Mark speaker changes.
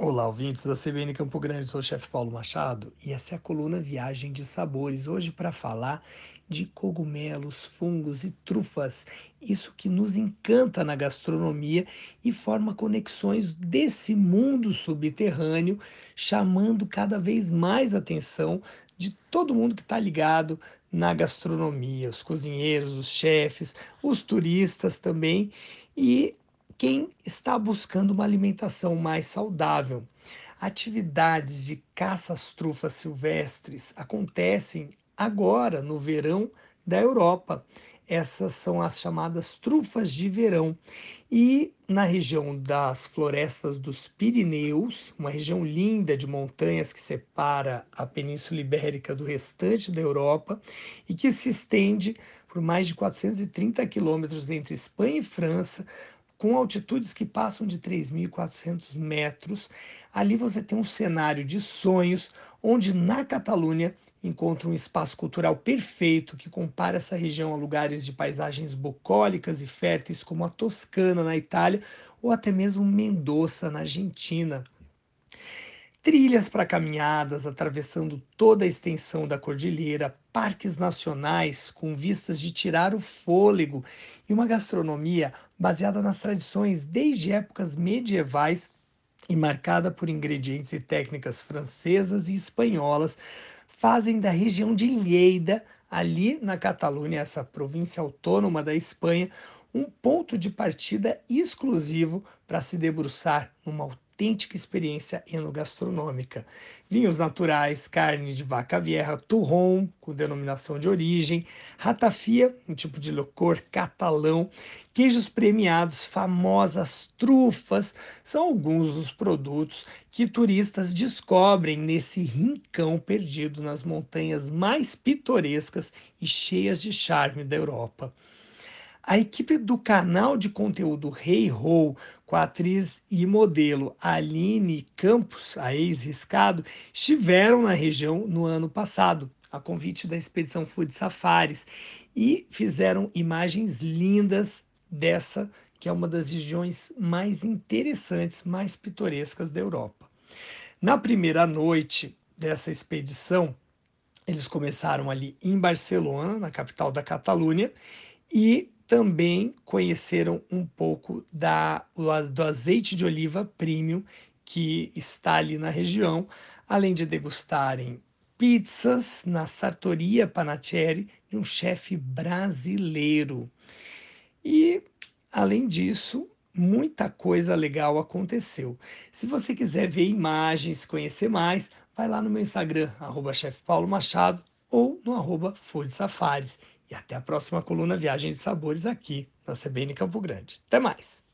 Speaker 1: Olá, ouvintes da CBN Campo Grande, sou o chefe Paulo Machado e essa é a coluna Viagem de Sabores, hoje para falar de cogumelos, fungos e trufas, isso que nos encanta na gastronomia e forma conexões desse mundo subterrâneo, chamando cada vez mais atenção de todo mundo que está ligado na gastronomia, os cozinheiros, os chefes, os turistas também e quem está buscando uma alimentação mais saudável. Atividades de caça às trufas silvestres acontecem agora no verão da Europa. Essas são as chamadas trufas de verão. E na região das florestas dos Pirineus, uma região linda de montanhas que separa a Península Ibérica do restante da Europa e que se estende por mais de 430 quilômetros entre Espanha e França, com altitudes que passam de 3.400 metros. Ali você tem um cenário de sonhos, onde na Catalunha encontra um espaço cultural perfeito que compara essa região a lugares de paisagens bucólicas e férteis como a Toscana, na Itália, ou até mesmo Mendoza, na Argentina. Trilhas para caminhadas atravessando toda a extensão da cordilheira, parques nacionais com vistas de tirar o fôlego e uma gastronomia baseada nas tradições desde épocas medievais e marcada por ingredientes e técnicas francesas e espanholas, fazem da região de Lleida, ali na Catalunha, essa província autônoma da Espanha, um ponto de partida exclusivo para se debruçar numa autêntica experiência enogastronômica. Vinhos naturais, carne de vaca vieja, turrón, com denominação de origem, ratafia, um tipo de licor catalão, queijos premiados, famosas trufas, são alguns dos produtos que turistas descobrem nesse rincão perdido nas montanhas mais pitorescas e cheias de charme da Europa. A equipe do canal de conteúdo Hey Ho, com a atriz e modelo Aline Campos, a ex-Riscado, estiveram na região no ano passado, a convite da expedição Food Safaris, e fizeram imagens lindas dessa, que é uma das regiões mais interessantes, mais pitorescas da Europa. Na primeira noite dessa expedição, eles começaram ali em Barcelona, na capital da Catalunha, e também conheceram um pouco do azeite de oliva premium que está ali na região, além de degustarem pizzas na Sartoria Panatieri de um chefe brasileiro. E, além disso, muita coisa legal aconteceu. Se você quiser ver imagens, conhecer mais, vai lá no meu Instagram, @chefe Paulo Machado, ou no @Food Safaris. E até a próxima coluna Viagem de Sabores aqui na CBN Campo Grande. Até mais!